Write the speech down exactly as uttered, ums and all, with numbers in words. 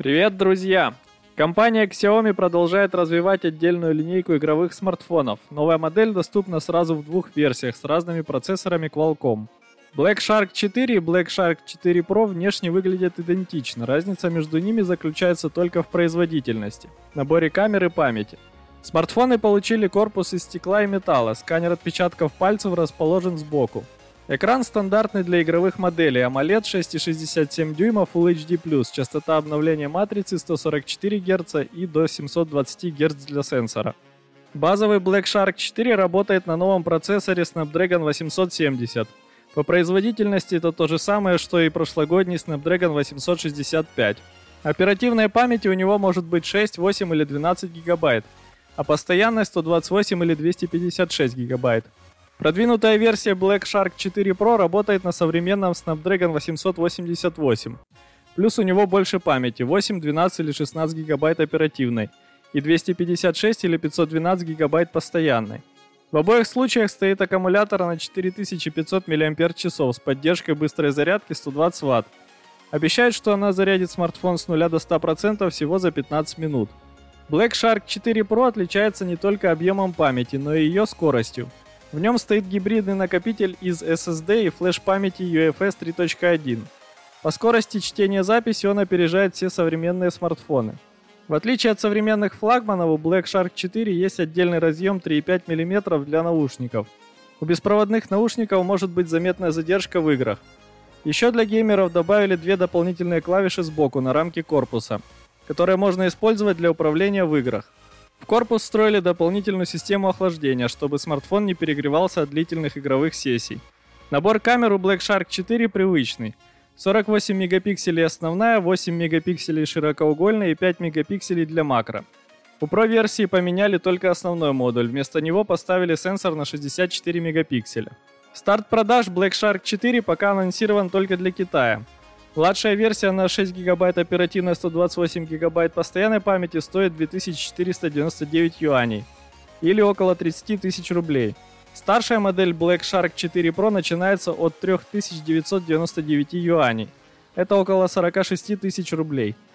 Привет, друзья! Компания Xiaomi продолжает развивать отдельную линейку игровых смартфонов. Новая модель доступна сразу в двух версиях с разными процессорами Qualcomm. Black Shark четыре и Black Shark четыре Pro внешне выглядят идентично, разница между ними заключается только в производительности, наборе камер и памяти. Смартфоны получили корпус из стекла и металла, сканер отпечатков пальцев расположен сбоку. Экран стандартный для игровых моделей AMOLED шесть целых шестьдесят семь дюймов Full эйч ди плюс, частота обновления матрицы сто сорок четыре герца и до семьсот двадцать герц для сенсора. Базовый Black Shark четыре работает на новом процессоре Snapdragon восемьсот семьдесят. По производительности это то же самое, что и прошлогодний Snapdragon восемьсот шестьдесят пять. Оперативной памяти у него может быть шесть, восемь или двенадцать гигабайт, а постоянной сто двадцать восемь или двести пятьдесят шесть гигабайт. Продвинутая версия Black Shark четыре Pro работает на современном Snapdragon восемьсот восемьдесят восемь. Плюс у него больше памяти, восемь, двенадцать или шестнадцать гигабайт оперативной и двести пятьдесят шесть или пятьсот двенадцать гигабайт постоянной. В обоих случаях стоит аккумулятор на четыре тысячи пятьсот миллиампер-часов с поддержкой быстрой зарядки сто двадцать ватт. Обещает, что она зарядит смартфон с нуля до ста процентов всего за пятнадцать минут. Black Shark четыре Pro отличается не только объемом памяти, но и ее скоростью. В нем стоит гибридный накопитель из эс эс ди и флеш-памяти ю эф эс три точка один. По скорости чтения записи он опережает все современные смартфоны. В отличие от современных флагманов, у Black Shark четыре есть отдельный разъем три и пять миллиметра для наушников. У беспроводных наушников может быть заметная задержка в играх. Еще для геймеров добавили две дополнительные клавиши сбоку на рамке корпуса, которые можно использовать для управления в играх. В корпус встроили дополнительную систему охлаждения, чтобы смартфон не перегревался от длительных игровых сессий. Набор камер у Black Shark четыре привычный. сорок восемь мегапикселей основная, восемь мегапикселей широкоугольная и пять мегапикселей для макро. У Pro версии поменяли только основной модуль, вместо него поставили сенсор на шестьдесят четыре мегапикселя. Старт продаж Black Shark четыре пока анонсирован только для Китая. Младшая версия на шесть гигабайт оперативной, сто двадцать восемь гигабайт постоянной памяти стоит две тысячи четыреста девяносто девять юаней или около тридцать тысяч рублей. Старшая модель Black Shark четыре Pro начинается от три тысячи девятьсот девяносто девять юаней. Это около сорок шесть тысяч рублей.